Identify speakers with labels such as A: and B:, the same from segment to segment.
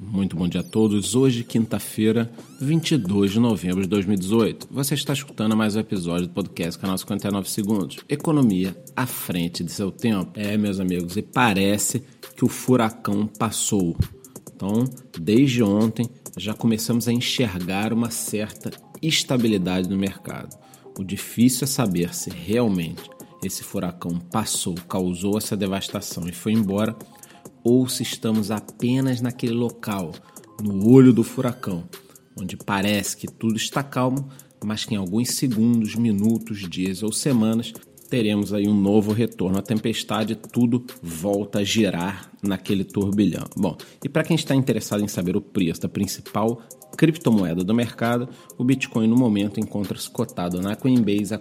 A: Muito bom dia a todos. Hoje, quinta-feira, 22 de novembro de 2018. Você está escutando mais um episódio do podcast Canal 59 Segundos. Economia à frente de seu tempo. Meus amigos, e parece que o furacão passou. Então, desde ontem, já começamos a enxergar uma certa estabilidade no mercado. O difícil é saber se realmente esse furacão passou, causou essa devastação e foi embora, ou se estamos apenas naquele local, no olho do furacão, onde parece que tudo está calmo, mas que em alguns segundos, minutos, dias ou semanas teremos aí um novo retorno à tempestade e tudo volta a girar naquele turbilhão. Bom, e para quem está interessado em saber o preço da principal criptomoeda do mercado, o Bitcoin no momento encontra-se cotado na Coinbase a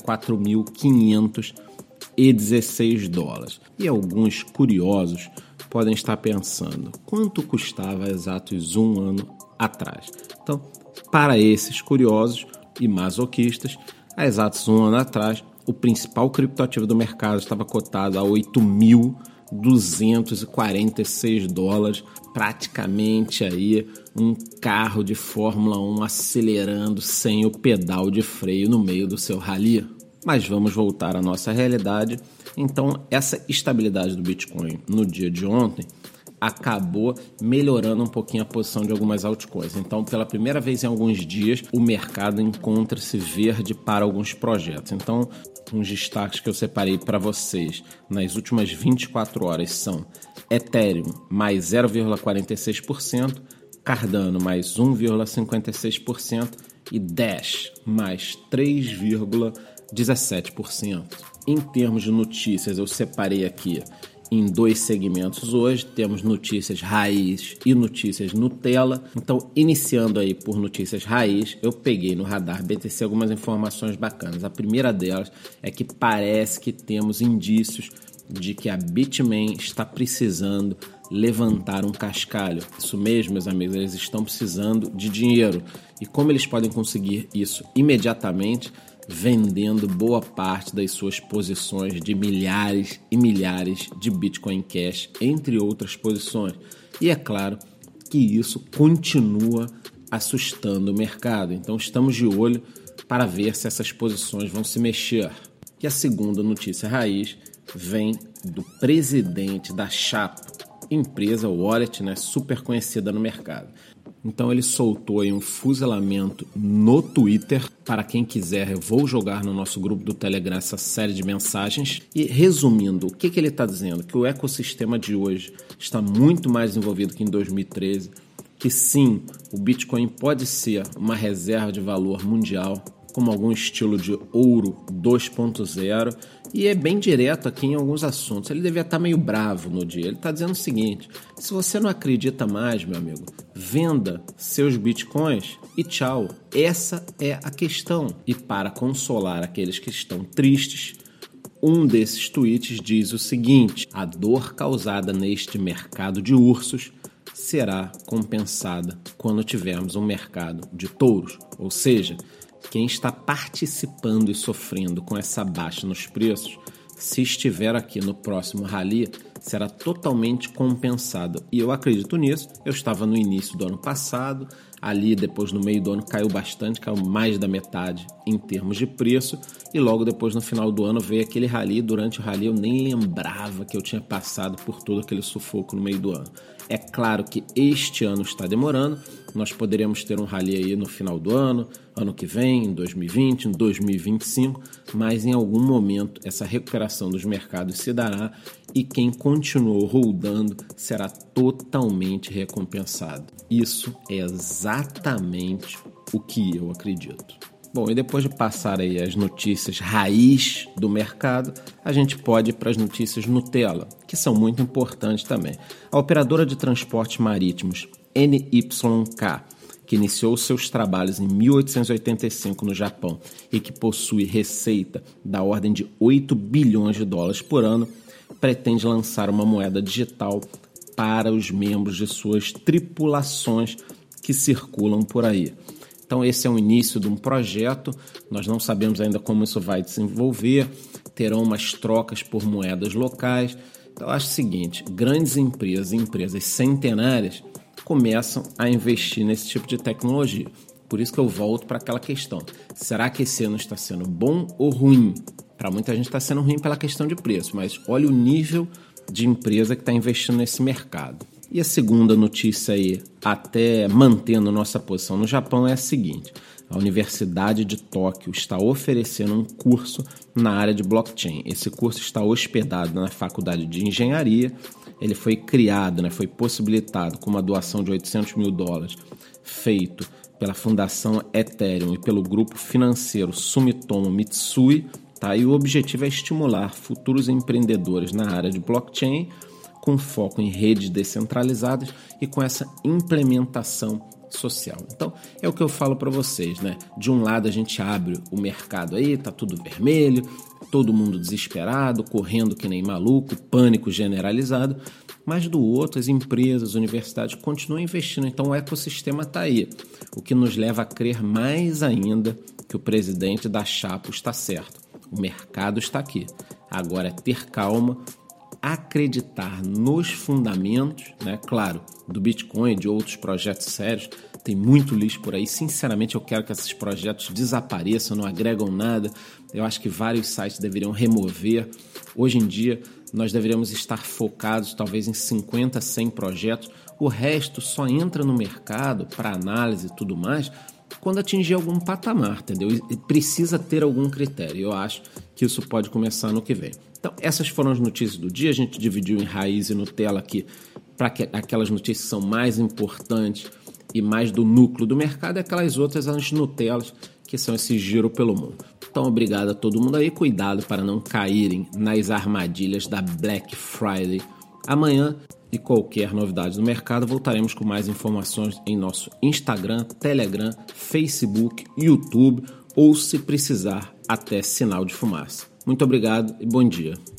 A: $4.516. E alguns curiosos podem estar pensando, quanto custava há exatos um ano atrás? Então, para esses curiosos e masoquistas, há exatos um ano atrás, o principal criptoativo do mercado estava cotado a $8.246, praticamente aí um carro de Fórmula 1 acelerando sem o pedal de freio no meio do seu rally. Mas vamos voltar à nossa realidade. Então, essa estabilidade do Bitcoin no dia de ontem acabou melhorando um pouquinho a posição de algumas altcoins. Então, pela primeira vez em alguns dias, o mercado encontra-se verde para alguns projetos. Então, uns destaques que eu separei para vocês nas últimas 24 horas são Ethereum mais 0,46%, Cardano mais 1,56% e Dash mais 3,17%. Em termos de notícias, eu separei aqui em dois segmentos hoje, temos notícias raiz e notícias Nutella. Então, iniciando aí por notícias raiz, eu peguei no radar BTC algumas informações bacanas. A primeira delas é que parece que temos indícios de que a Bitmain está precisando levantar um cascalho. Isso mesmo, meus amigos, eles estão precisando de dinheiro. E como eles podem conseguir isso imediatamente? Vendendo boa parte das suas posições de milhares e milhares de Bitcoin Cash, entre outras posições. E é claro que isso continua assustando o mercado. Então estamos de olho para ver se essas posições vão se mexer. E a segunda notícia raiz vem do presidente da Chapo, empresa wallet, super conhecida no mercado. Então ele soltou aí um fuzilamento no Twitter. Para quem quiser, eu vou jogar no nosso grupo do Telegram essa série de mensagens. E resumindo, o que ele está dizendo? Que o ecossistema de hoje está muito mais envolvido que em 2013. Que sim, o Bitcoin pode ser uma reserva de valor mundial, como algum estilo de ouro 2.0, e é bem direto aqui em alguns assuntos. Ele devia estar meio bravo no dia. Ele está dizendo o seguinte: se você não acredita mais, meu amigo, venda seus bitcoins e tchau. Essa é a questão. E para consolar aqueles que estão tristes, um desses tweets diz o seguinte: a dor causada neste mercado de ursos será compensada quando tivermos um mercado de touros. Ou seja, quem está participando e sofrendo com essa baixa nos preços, se estiver aqui no próximo rally, será totalmente compensado. E eu acredito nisso. Eu estava no início do ano passado, ali depois no meio do ano caiu bastante, caiu mais da metade em termos de preço, e logo depois no final do ano veio aquele rally. Durante o rally eu nem lembrava que eu tinha passado por todo aquele sufoco no meio do ano. É claro que este ano está demorando, nós poderemos ter um rally aí no final do ano, ano que vem, em 2020, em 2025, mas em algum momento essa recuperação dos mercados se dará e quem continuou holdando será totalmente recompensado. Isso é exatamente o que eu acredito. Bom, e depois de passar aí as notícias raiz do mercado, a gente pode ir para as notícias Nutella, que são muito importantes também. A operadora de transportes marítimos NYK, que iniciou seus trabalhos em 1885 no Japão e que possui receita da ordem de $8 bilhões por ano, pretende lançar uma moeda digital para os membros de suas tripulações que circulam por aí. Então esse é o início de um projeto, nós não sabemos ainda como isso vai desenvolver, terão umas trocas por moedas locais. Então eu acho o seguinte, grandes empresas, empresas centenárias, começam a investir nesse tipo de tecnologia. Por isso que eu volto para aquela questão. Será que esse ano está sendo bom ou ruim? Para muita gente está sendo ruim pela questão de preço, mas olha o nível de empresa que está investindo nesse mercado. E a segunda notícia aí, até mantendo nossa posição no Japão, é a seguinte. A Universidade de Tóquio está oferecendo um curso na área de blockchain. Esse curso está hospedado na Faculdade de Engenharia. Ele foi criado, foi possibilitado com uma doação de $800 mil feito pela Fundação Ethereum e pelo grupo financeiro Sumitomo Mitsui. Tá? E o objetivo é estimular futuros empreendedores na área de blockchain com foco em redes descentralizadas e com essa implementação social. Então, é o que eu falo para vocês, né? De um lado a gente abre o mercado aí, tá tudo vermelho, todo mundo desesperado, correndo que nem maluco, pânico generalizado, mas do outro as empresas, as universidades continuam investindo, então o ecossistema tá aí, o que nos leva a crer mais ainda que o presidente da Chapo está certo. O mercado está aqui. Agora é ter calma, acreditar nos fundamentos, né? Claro, do Bitcoin e de outros projetos sérios, tem muito lixo por aí. Sinceramente, eu quero que esses projetos desapareçam, não agregam nada. Eu acho que vários sites deveriam remover. Hoje em dia, nós deveríamos estar focados talvez em 50, 100 projetos. O resto só entra no mercado para análise e tudo mais quando atingir algum patamar, entendeu? E precisa ter algum critério. Eu acho que isso pode começar no que vem. Então, essas foram as notícias do dia. A gente dividiu em raiz e Nutella aqui para aquelas notícias que são mais importantes e mais do núcleo do mercado e aquelas outras, as Nutellas, que são esse giro pelo mundo. Então, obrigado a todo mundo aí. Cuidado para não caírem nas armadilhas da Black Friday. Amanhã e qualquer novidade do mercado, voltaremos com mais informações em nosso Instagram, Telegram, Facebook, YouTube ou, se precisar, até sinal de fumaça. Muito obrigado e bom dia.